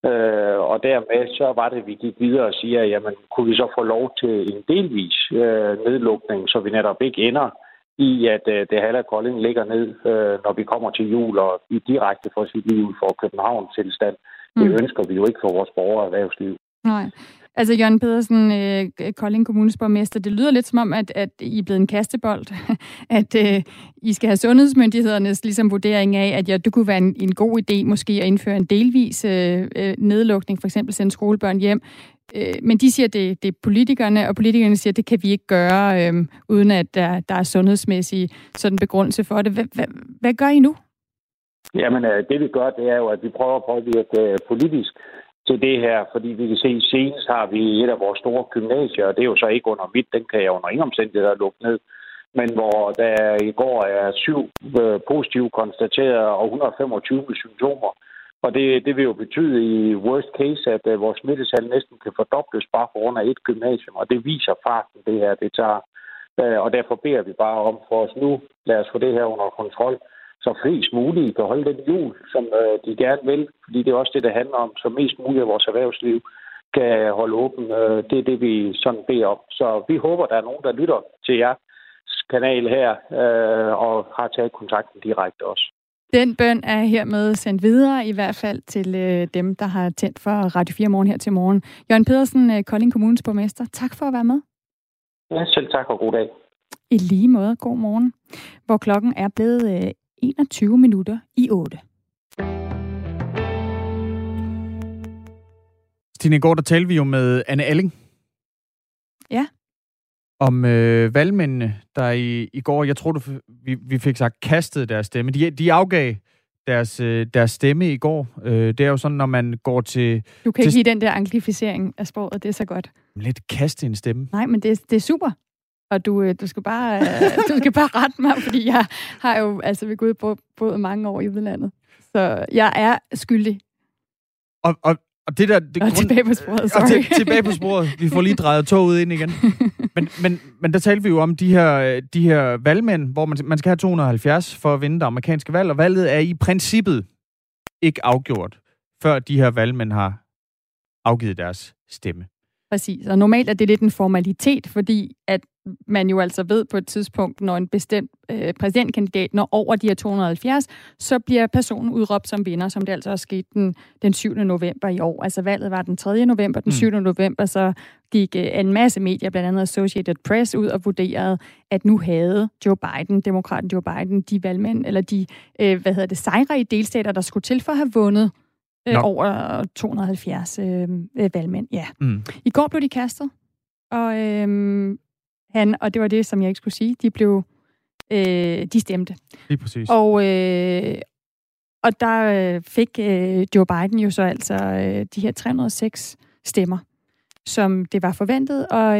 Og dermed så var det, at vi gik videre og siger, jamen kunne vi så få lov til en delvis nedlukning, så vi netop ikke ender i, at det halve Kolding ligger ned, når vi kommer til jul, og vi direkte får sit liv for Københavns tilstand. Det ønsker vi jo ikke for vores borgere og erhvervsliv. Nej. Altså, Jørgen Pedersen, Kolding Kommunes borgmester, det lyder lidt som om, at I er blevet en kastebold. At I skal have sundhedsmyndighedernes ligesom, vurdering af, at det kunne være en god idé måske at indføre en delvis nedlukning, for eksempel sende skolebørn hjem. Men de siger, at det er politikerne, og politikerne siger, at det kan vi ikke gøre, uden at der er sundhedsmæssig sådan begrundelse for det. Hvad gør I nu? Jamen, det vi gør, det er jo, at vi prøver at påvirke politisk til det her, fordi vi kan se, senest har vi et af vores store gymnasier, og det er jo så ikke under mit, den kan jeg under ingen omstændigheder lukke ned, men hvor der i går er 7 positive konstateret og 125 med symptomer. Og det vil jo betyde i worst case, at vores smittetal næsten kan fordobles bare på grund af et gymnasium, og det viser farten, det her, det tager. Og derfor beder vi bare om for os nu, lad os få det her under kontrol, så flest muligt kan holde den jul, som de gerne vil, fordi det er også det, det handler om, så mest muligt af vores erhvervsliv kan holde åben. Det er det, vi sådan beder om. Så vi håber, der er nogen, der lytter til jeres kanal her, og har taget kontakten direkte også. Den bøn er hermed sendt videre, i hvert fald til dem, der har tændt for Radio 4 Morgen her til morgen. Jørgen Pedersen, Kolding Kommunes borgmester, tak for at være med. Ja, selv tak og god dag. I lige måde, god morgen, hvor klokken er blevet 21 minutter i 8. Stine, i går der talte vi jo med Anne Alling. Ja. Om valgmændene, der i går, jeg tror, vi fik sagt, kastet deres stemme. De afgav deres stemme i går. Det er jo sådan, når man går til... Du kan ikke lide den der anglificering af sproget, det er så godt. Lidt kaste en stemme. Nej, men det er super. Og du skal bare rette mig, fordi jeg har jo altså ved Gud boet mange år i udlandet. Så jeg er skyldig. Og det der... Det tilbage på sporet, sorry. Tilbage på sporet. Vi får lige drejet toget ind igen. Men der talte vi jo om de her valgmænd, hvor man skal have 270 for at vinde det amerikanske valg, og valget er i princippet ikke afgjort, før de her valgmænd har afgivet deres stemme. Præcis, og normalt er det lidt en formalitet, fordi at man jo altså ved på et tidspunkt, når en bestemt præsidentkandidat når over de her 270, så bliver personen udråbt som vinder, som det altså også skete den 7. november i år. Altså valget var den 3. november, den 7. november, så gik en masse medier, blandt andet Associated Press, ud og vurderede, at nu havde Joe Biden, demokraten Joe Biden, de valgmænd, eller de sejre i delstater, der skulle til for at have vundet over 270 valgmænd. Ja. I går blev de kastet, og og det var det, som jeg ikke skulle sige, de stemte. Lige præcis. Og der fik Joe Biden jo så altså de her 306 stemmer, som det var forventet, og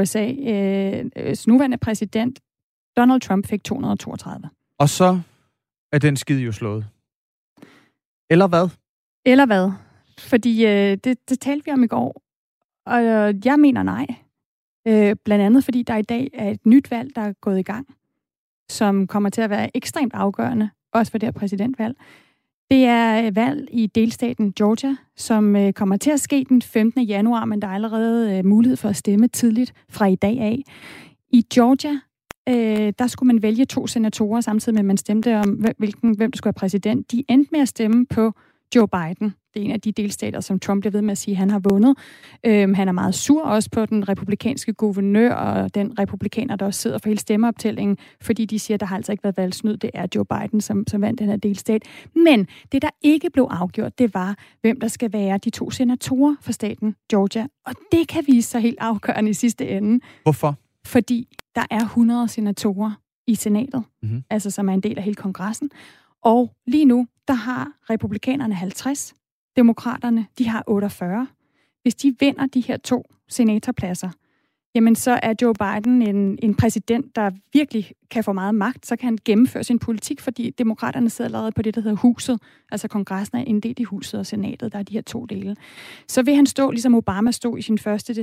USA's nuværende præsident, Donald Trump, fik 232. Og så er den skid jo slået. Eller hvad? Eller hvad? Fordi det talte vi om i går, og jeg mener nej. Blandt andet fordi der i dag er et nyt valg, der er gået i gang, som kommer til at være ekstremt afgørende, også for det her præsidentvalg. Det er valg i delstaten Georgia, som kommer til at ske den 15. januar, men der er allerede mulighed for at stemme tidligt fra i dag af. I Georgia, der skulle man vælge 2 senatorer, samtidig med at man stemte om, hvem der skulle være præsident. De endte med at stemme på Joe Biden. Det er en af de delstater, som Trump bliver ved med at sige, at han har vundet. Han er meget sur også på den republikanske guvernør og den republikaner, der også sidder for hele stemmeoptællingen, fordi de siger, at der har altså ikke været valgsnyd. Det er Joe Biden, som vandt den her delstat. Men det, der ikke blev afgjort, det var, hvem der skal være de 2 senatorer for staten Georgia. Og det kan vise sig helt afgørende i sidste ende. Hvorfor? Fordi der er 100 senatorer i senatet, altså som er en del af hele kongressen. Og lige nu, der har republikanerne 50, demokraterne, de har 48. Hvis de vinder de her 2 senatorpladser, jamen så er Joe Biden en præsident, der virkelig kan få meget magt, så kan han gennemføre sin politik, fordi demokraterne sidder allerede på det, der hedder huset, altså kongressen er inddelt i huset og senatet, der er de her 2 dele. Så vil han stå, ligesom Obama stod i sin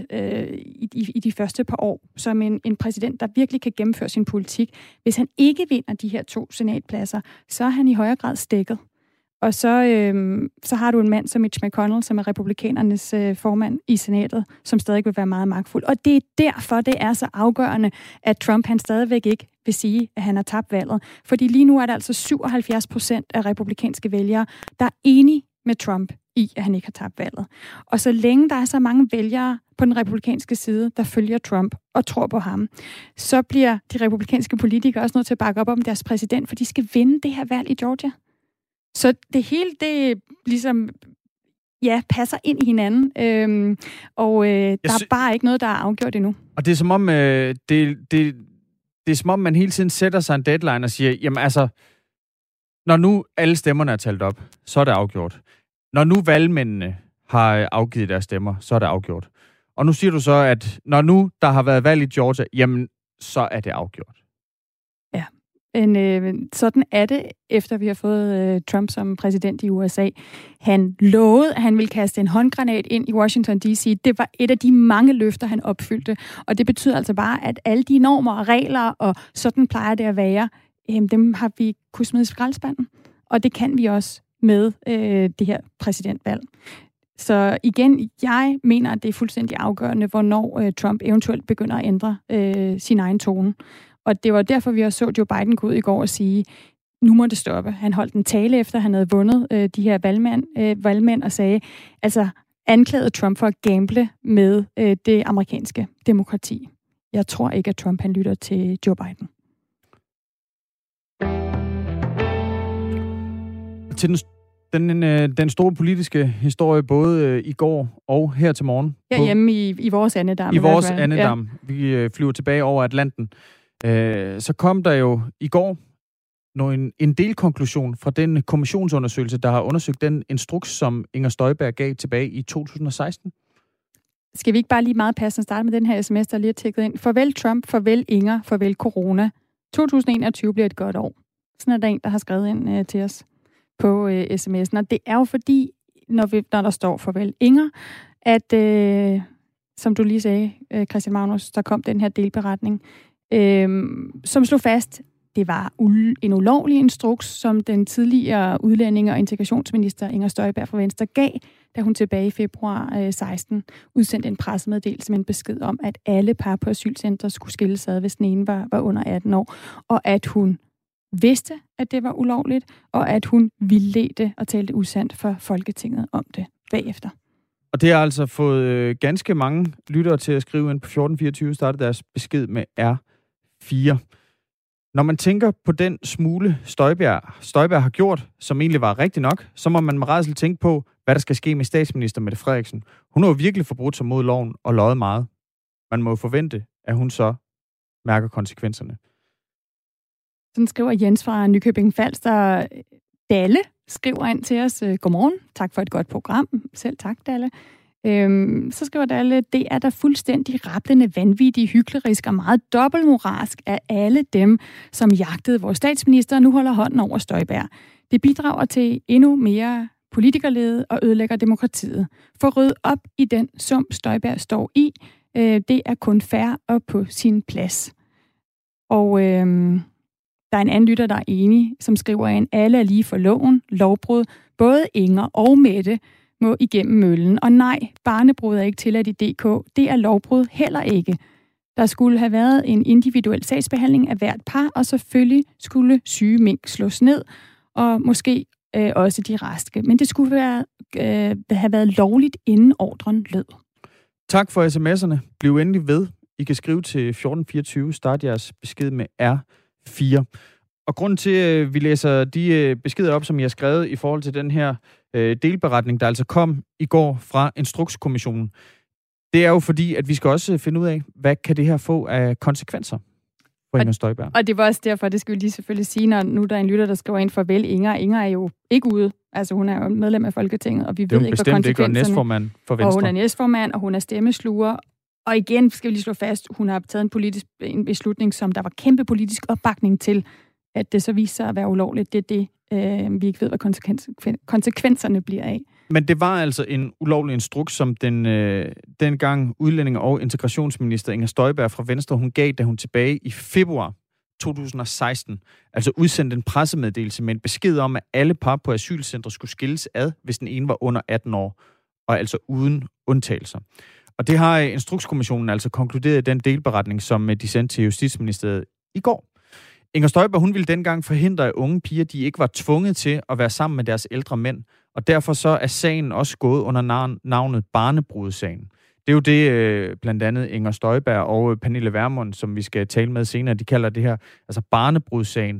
i de første par år, som en præsident, der virkelig kan gennemføre sin politik. Hvis han ikke vinder de her 2 senatpladser, så er han i højere grad stækket. Og så har du en mand som Mitch McConnell, som er republikanernes formand i senatet, som stadig vil være meget magtfuld. Og det er derfor, det er så afgørende, at Trump han stadigvæk ikke vil sige, at han har tabt valget. Fordi lige nu er der altså 77% af republikanske vælgere, der er enige med Trump i, at han ikke har tabt valget. Og så længe der er så mange vælgere på den republikanske side, der følger Trump og tror på ham, så bliver de republikanske politikere også nødt til at bakke op om deres præsident, for de skal vinde det her valg i Georgia. Så det hele, det ligesom, passer ind i hinanden, der er bare ikke noget, der er afgjort endnu. Og det er som om, det er som om, man hele tiden sætter sig en deadline og siger, jamen altså, når nu alle stemmerne er talt op, så er det afgjort. Når nu valgmændene har afgivet deres stemmer, så er det afgjort. Og nu siger du så, at når nu der har været valg i Georgia, jamen, så er det afgjort. Sådan er det, efter vi har fået Trump som præsident i USA. Han lovede, at han ville kaste en håndgranat ind i Washington D.C. Det var et af de mange løfter, han opfyldte. Og det betyder altså bare, at alle de normer og regler, og sådan plejer det at være, dem har vi kunnet smide i skraldespanden. Og det kan vi også med det her præsidentvalg. Så igen, jeg mener, at det er fuldstændig afgørende, hvornår Trump eventuelt begynder at ændre sin egen tone. Og det var derfor, vi også så Joe Biden gå ud i går og sige, nu må det stoppe. Han holdt en tale efter, han havde vundet de her valgmænd og sagde, altså anklagede Trump for at gamble med det amerikanske demokrati. Jeg tror ikke, at Trump han lytter til Joe Biden. Til den store politiske historie, både i går og her til morgen. Hjemme i vores andedam. I vores andedam. Ja. Vi flyver tilbage over Atlanten. Så kom der jo i går en delkonklusion fra den kommissionsundersøgelse, der har undersøgt den instruks, som Inger Støjberg gav tilbage i 2016. Skal vi ikke bare lige meget passende starte med den her sms, der lige er tækket ind? Farvel Trump, farvel Inger, farvel corona. 2021 bliver et godt år. Sådan er der en, der har skrevet ind til os. på sms'en. Og det er jo fordi, når der står farvel Inger, at, som du lige sagde, Christian Magnus, der kom den her delberetning, som slog fast, det var en ulovlig instruks, som den tidligere udlændinge- og integrationsminister Inger Støjberg fra Venstre gav, da hun tilbage i februar 16 udsendte en pressemeddelelse med en besked om, at alle par på asylcentre skulle skilles ad, hvis den ene var under 18 år, og at hun vidste, at det var ulovligt, og at hun vildledte og talte usandt for Folketinget om det bagefter. Og det har altså fået ganske mange lyttere til at skrive ind på 1424, startede deres besked med R4. Når man tænker på den smule Støjberg har gjort, som egentlig var rigtig nok, så må man med rædsel tænke på, hvad der skal ske med statsminister Mette Frederiksen. Hun har jo virkelig forbrudt sig mod loven og løjet meget. Man må jo forvente, at hun så mærker konsekvenserne. Sådan skriver Jens fra Nykøbing Falster. Dalle skriver ind til os. Godmorgen. Tak for et godt program. Selv tak, Dalle. Så skriver Dalle, det er da fuldstændig rablende, vanvittigt, hyklerisk og meget dobbeltmoralsk af alle dem, som jagtede vores statsminister og nu holder hånden over Støjberg. Det bidrager til endnu mere politikerlede og ødelægger demokratiet. For ryddet op i den sum, Støjberg står i, det er kun fair og på sin plads. Og der er en anden lytter, der er enig, som skriver ind, alle er lige for loven, lovbrud, både Inger og Mette må igennem møllen. Og nej, barnebrud er ikke tilladt i DK. Det er lovbrud heller ikke. Der skulle have været en individuel sagsbehandling af hvert par, og selvfølgelig skulle syge mink slås ned, og måske også de raske. Men det skulle have været lovligt, inden ordren lød. Tak for sms'erne. Bliv endelig ved. I kan skrive til 1424. Start jeres besked med R4. Og grunden til, at vi læser de beskeder op, som jeg har skrevet i forhold til den her delberetning, der altså kom i går fra Instrukskommissionen, det er jo fordi, at vi skal også finde ud af, hvad kan det her få af konsekvenser for Inger Støjberg. Og det var også derfor, det skal vi lige selvfølgelig sige, når nu der er en lytter, der skriver ind farvel Inger. Inger er jo ikke ude. Altså hun er jo medlem af Folketinget, og vi ved ikke, hvad konsekvenserne er. Næstformand for Venstre. Og hun er næstformand, og hun er stemmesluger. Og igen skal vi lige slå fast, hun har taget en beslutning, som der var kæmpe politisk opbakning til, at det så viser sig at være ulovligt. Det er det, vi ikke ved, hvad konsekvenserne bliver af. Men det var altså en ulovlig instruks, som dengang udlændinge- og integrationsminister Inger Støjberg fra Venstre, hun gav, da hun tilbage i februar 2016, altså udsendte en pressemeddelelse med en besked om, at alle par på asylcentre skulle skilles ad, hvis den ene var under 18 år, og altså uden undtagelser. Og det har Instrukskommissionen altså konkluderet i den delberetning, som de sendte til Justitsministeriet i går. Inger Støjberg, hun ville dengang forhindre, at unge piger, de ikke var tvunget til at være sammen med deres ældre mænd, og derfor så er sagen også gået under navnet barnebrudssagen. Det er jo det, blandt andet Inger Støjberg og Pernille Vermund, som vi skal tale med senere, de kalder det her altså barnebrudssagen,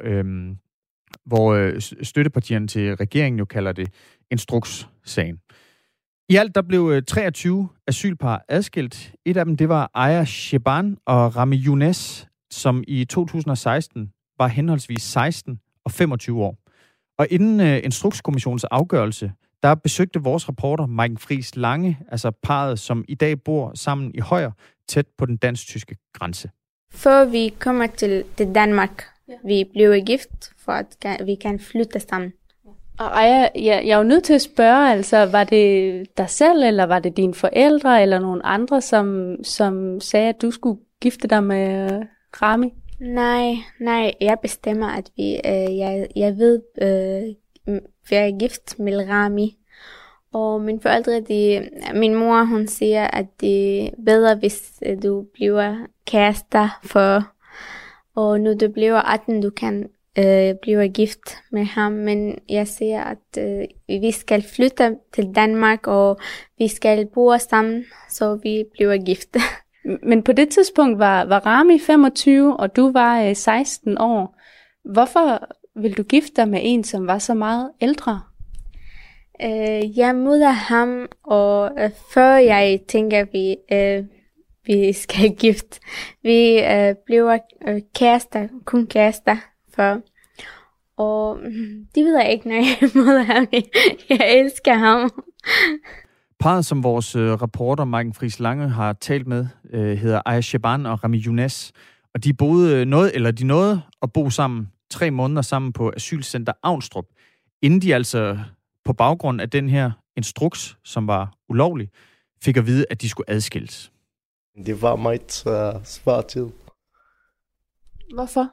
hvor støttepartierne til regeringen jo kalder det instrukssagen. I alt der blev 23 asylpar adskilt. Et af dem, det var Aya Sheban og Rami Younes, som i 2016 var henholdsvis 16 og 25 år. Og inden Instrukskommissionens afgørelse, der besøgte vores reporter Maiken Friis Lange, altså parret, som i dag bor sammen i Højer, tæt på den dansk-tyske grænse. Før vi kommer til Danmark, vi blev gift, for at vi kan flytte sammen. Og jeg er jo nødt til at spørge, altså, var det dig selv, eller var det dine forældre, eller nogen andre, som sagde, at du skulle gifte dig med Rami? Nej, jeg bestemmer, at jeg vil være gift med Rami. Og mine forældre, min mor, hun siger, at det er bedre, hvis du bliver kærester for, og nu du bliver 18, du kan blive gift med ham. Men jeg siger, at vi skal flytte til Danmark, og vi skal bo sammen, så vi bliver gift. Men på det tidspunkt var Rami 25, og du var 16 år. Hvorfor vil du gifte dig med en, som var så meget ældre? Jeg møder ham, og før jeg tænker, vi skal gifte, vi bliver kun kærester før. Og det ved jeg ikke, når jeg møder ham. Jeg elsker ham. Parret, som vores reporter Maiken Friis Lange har talt med, hedder Aya Sheban og Rami Younes. Og de nåede at bo sammen 3 måneder sammen på asylcenter Avnstrup. inden de altså på baggrund af den her instruks, som var ulovlig, fik at vide, at de skulle adskilles. Det var meget svært tid. Hvorfor?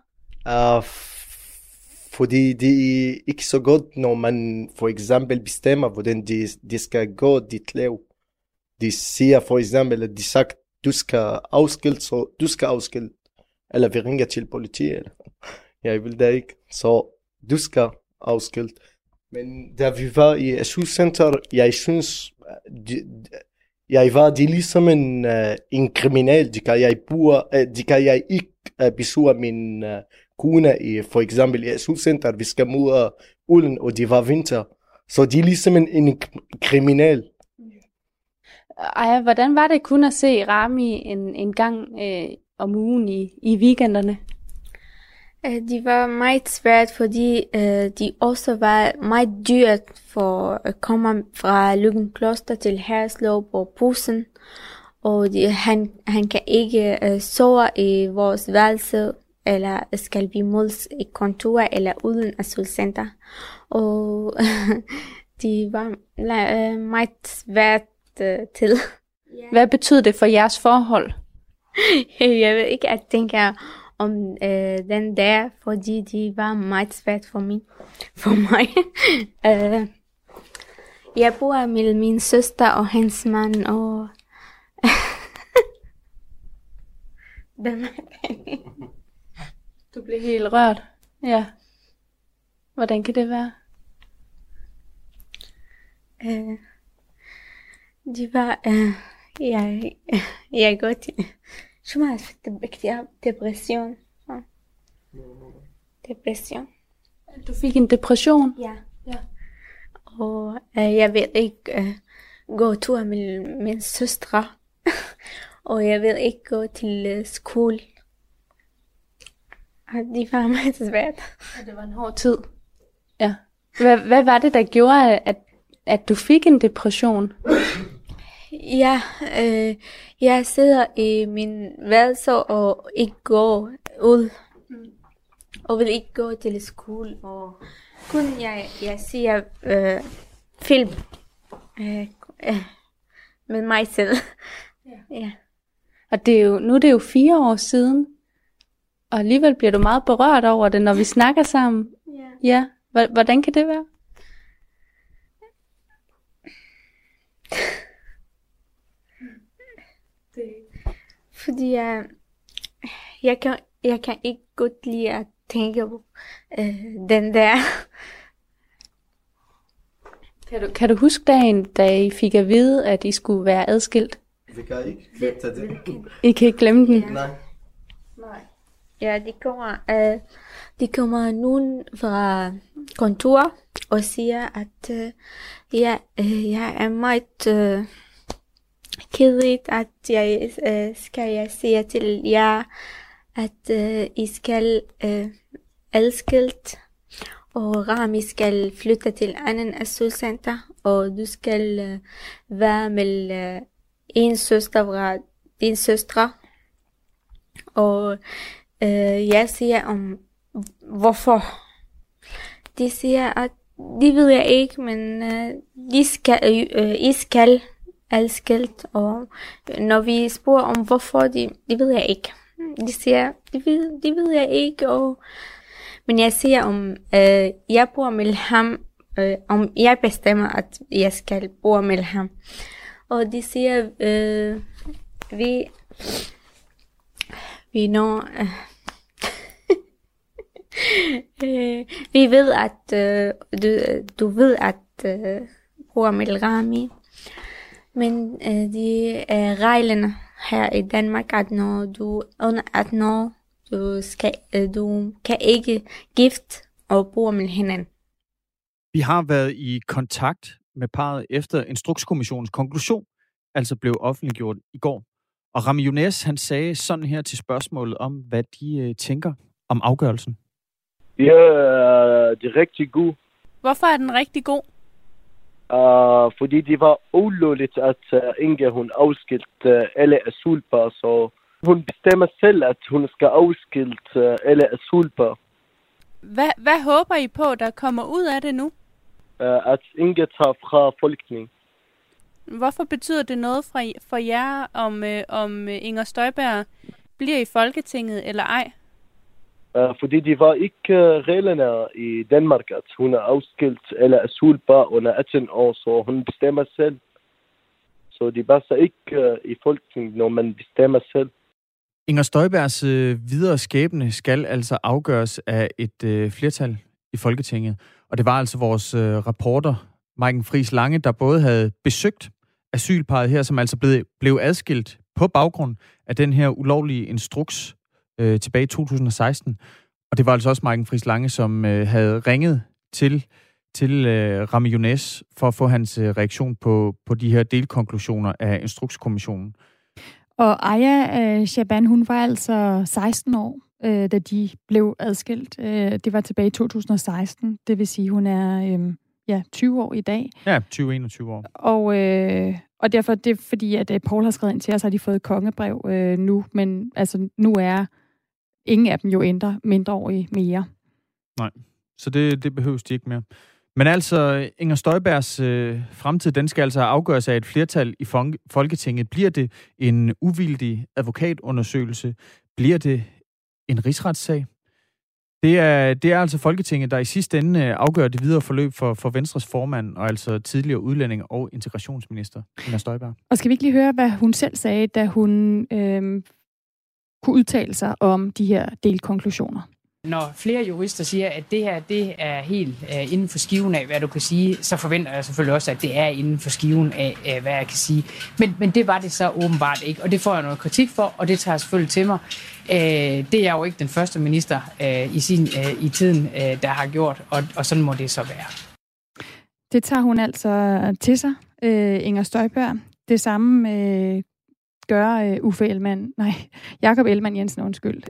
Fordi det er ikke så godt, når man for eksempel bestemmer, hvordan de skal gå dit liv. De siger for eksempel, at de sagt, du skal afskilt, så du skal afskilt. Eller vi ringer til politiet. Eller. Jeg vil det ikke. Så du skal afskilt. Men da vi var i asylcenter, jeg synes, jeg var det ligesom en kriminel. Det kan jeg ikke besøge min kone i for eksempel i asylcenter. Vi skal mod ulen, og det var vinter. Så det er ligesom en kriminel. Ej, hvordan var det kun at se Rami en gang om ugen i weekenderne? Det var meget svært, fordi de også var meget dyrt for at komme fra Løgumkloster til Herslev på bussen. Og han kan ikke sove i vores værelse, eller skal vi mødes i kontor eller uden asylcenter. Og de var meget svært til. Hvad betød det for jeres forhold? Jeg ved ikke, at tænke om den der, fordi de var meget svært for mig. Jeg bor med min søster og hans mand, og Du blev helt rørt. Ja. Hvordan kan det være? Det var jeg går til depression. Du fik en depression? Ja. Og jeg vil ikke gå tur med min søstre. Og jeg vil ikke gå til skole. Og det var meget svært. Og det var en hård tid. Ja. Hvad var det, der gjorde, at du fik en depression? Ja, jeg sidder i min værelse og ikke går ud. Og vil ikke gå til skole. Og kun jeg ser film med mig selv. Ja. Og nu er det jo 4 år siden. Og alligevel bliver du meget berørt over det, når vi snakker sammen. Ja. Hvordan kan det være? Fordi jeg kan ikke godt lide at tænke på den der. Kan du huske dagen, da I fik at vide, at I skulle være adskilt? Vi kan ikke glemme det. I kan ikke glemme den? Nej. Ja, de kommer nogen fra kontor og siger, at jeg er meget kedeligt, at jeg skal sige til jer, at I skal adskilt, og Rami skal flytte til anden asylcenter, og du skal være med en søster fra din søstre. Og jeg siger om hvorfor. De siger, at de ved jeg ikke, men I skal adskilt, og når vi spørger om hvorfor, de ved jeg ikke. De siger, de ved jeg ikke, men jeg siger om jeg bor med ham, om jeg bestemmer, at jeg skal bo med ham. Og de siger, vi når vi ved, at du ved, at bor med Rami. Men de reglerne her i Danmark, at når du kan ikke gift og bo med hinanden. Vi har været i kontakt med parret efter Instrukskommissionens konklusion, altså blev offentliggjort i går. Og Rami Younes, han sagde sådan her til spørgsmålet om, hvad de tænker om afgørelsen. Ja, det er rigtig god. Hvorfor er den rigtig god? Fordi det var ulovligt, at Inge hun afskilt alle asylpar, så hun bestemmer selv, at hun skal afskilt alle asylpar. Hvad håber I på, der kommer ud af det nu? at inget tager fra folkening. Hvorfor betyder det noget for jer, om Inger Støjberg bliver i Folketinget eller ej? Fordi det var ikke reglerne i Danmark, at hun er afskilt eller asylbar under 18 år, så hun bestemmer selv. Så det passer ikke i Folketinget, når man bestemmer selv. Inger Støjbergs videre skæbne skal altså afgøres af et flertal i Folketinget. Og det var altså vores reporter, Maiken Friis Lange, der både havde besøgt asylparret her, som altså blev adskilt på baggrund af den her ulovlige instruks tilbage i 2016. Og det var altså også Maiken Friis Lange, som havde ringet til Rami Younes for at få hans reaktion på de her delkonklusioner af Instrukskommissionen. Og Aya Shaban, hun var altså 16 år, da de blev adskilt. Det var tilbage i 2016. Det vil sige, hun er 20 år i dag. Ja, 20-21 år. Og derfor, det er fordi, at Paul har skrevet ind til os, har de fået kongebrev nu. Men altså, nu er ingen af dem jo mindreårige mere. Nej, så det behøves de ikke mere. Men altså, Inger Støjbergs fremtid, den skal altså afgøres af et flertal i Folketinget. Bliver det en uvildig advokatundersøgelse? Bliver det en rigsretssag? Det er altså Folketinget, der i sidste ende afgør det videre forløb for Venstres formand, og altså tidligere udlænding- og integrationsminister, Inger Støjberg. Og skal vi ikke lige høre, hvad hun selv sagde, da hun kunne udtale sig om de her delkonklusioner? Når flere jurister siger, at det her det er helt inden for skiven af, hvad du kan sige, så forventer jeg selvfølgelig også, at det er inden for skiven af, hvad jeg kan sige. Men det var det så åbenbart ikke, og det får jeg noget kritik for, og det tager jeg selvfølgelig til mig. Det er jo ikke den første minister i tiden, der har gjort, og sådan må det så være. Det tager hun altså til sig, Inger Støjberg. Det samme gør Jakob Ellemann-Jensen, undskyld.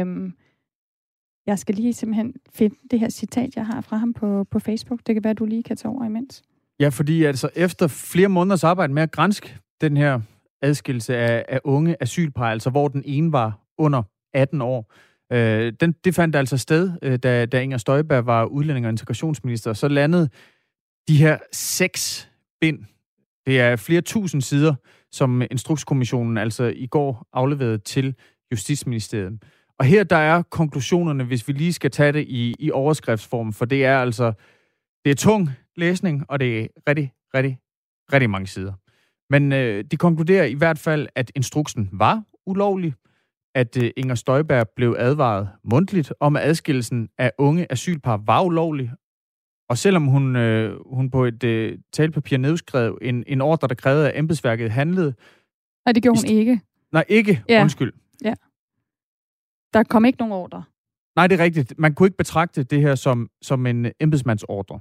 Jeg skal lige simpelthen finde det her citat, jeg har fra ham på Facebook. Det kan være, at du lige kan tage over imens. Ja, fordi altså efter flere måneders arbejde med at granske den her adskillelse af unge asylpar, altså hvor den ene var under 18 år, det fandt altså sted, da Inger Støjberg var udlænding- og integrationsminister. Så landede de her 6 bind. Det er flere tusind sider, som Instrukskommissionen altså i går afleverede til Justitsministeriet. Og her der er konklusionerne, hvis vi lige skal tage det i overskriftsform, for det er tung læsning, og det er rigtig, rigtig, rigtig mange sider. Men de konkluderer i hvert fald, at instruksen var ulovlig, at Inger Støjberg blev advaret mundtligt om, at adskillelsen af unge asylpar var ulovlig, og selvom hun på et talepapir nedskrev en ordre, der krævede, at embedsværket handlede. Nej, det gjorde hun ikke. Nej, ikke. Ja. Undskyld. Ja. Der kom ikke nogen ordre. Nej, det er rigtigt. Man kunne ikke betragte det her som en embedsmandsordre.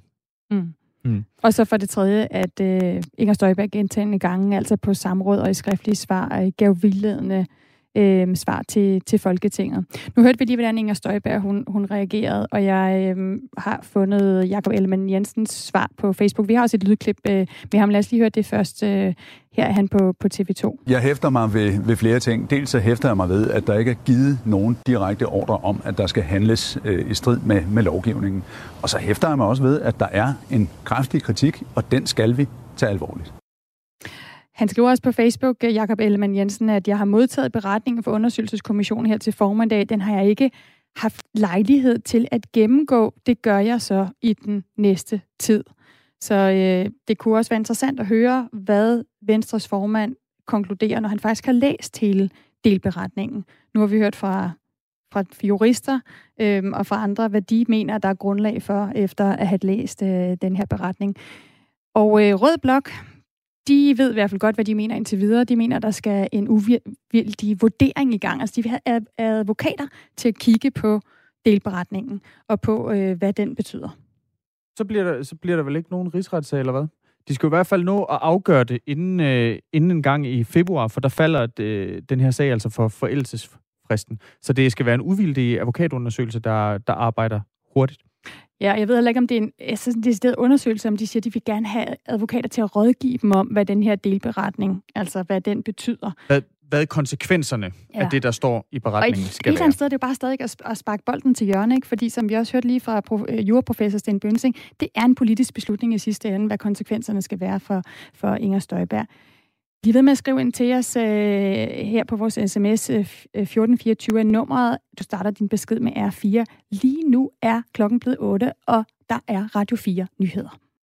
Og så for det tredje, at Inger Støjberg gentagne gange, altså på samråd og i skriftlige svar, gav vildledende svar til Folketinget. Nu hørte vi lige, hvordan Inger Støjberg hun reagerede, og jeg har fundet Jakob Ellemann-Jensens svar på Facebook. Vi har også et lydklip med ham. Lad os lige høre det først. Her er han på TV2. Jeg hæfter mig ved flere ting. Dels så hæfter jeg mig ved, at der ikke er givet nogen direkte ordre om, at der skal handles i strid med lovgivningen. Og så hæfter jeg mig også ved, at der er en kraftig kritik, og den skal vi tage alvorligt. Han skriver også på Facebook, Jakob Ellemann-Jensen, at jeg har modtaget beretningen for undersøgelseskommissionen her til formiddag. Den har jeg ikke haft lejlighed til at gennemgå. Det gør jeg så i den næste tid. Så det kunne også være interessant at høre, hvad Venstres formand konkluderer, når han faktisk har læst hele delberetningen. Nu har vi hørt fra jurister og fra andre, hvad de mener, der er grundlag for, efter at have læst den her beretning. Og Rød Blok, de ved i hvert fald godt, hvad de mener indtil videre. De mener, der skal en uvildig vurdering i gang. Altså, de vil have advokater til at kigge på delberetningen og på, hvad den betyder. Så bliver der vel ikke nogen rigsretssag, eller hvad? De skal jo i hvert fald nå at afgøre det inden en gang i februar, for der falder den her sag altså for forældelsesfristen. Så det skal være en uvildig advokatundersøgelse, der arbejder hurtigt. Ja, jeg ved heller ikke, om det er en decideret undersøgelse, om de siger, at de vil gerne have advokater til at rådgive dem om, hvad den her delberetning, altså hvad den betyder. hvad konsekvenserne af det, der står i beretningen, skal være. Og et sted, det er jo bare stadig at sparke bolden til hjørne, ikke? Fordi som vi også hørte lige fra juraprofessor Sten Bønsing, det er en politisk beslutning i sidste ende, hvad konsekvenserne skal være for Inger Støjberg. Vi er ved med at skrive ind til os her på vores sms 1424 af nummeret. Du starter din besked med R4. Lige nu er klokken blevet 8, og der er Radio 4 nyheder.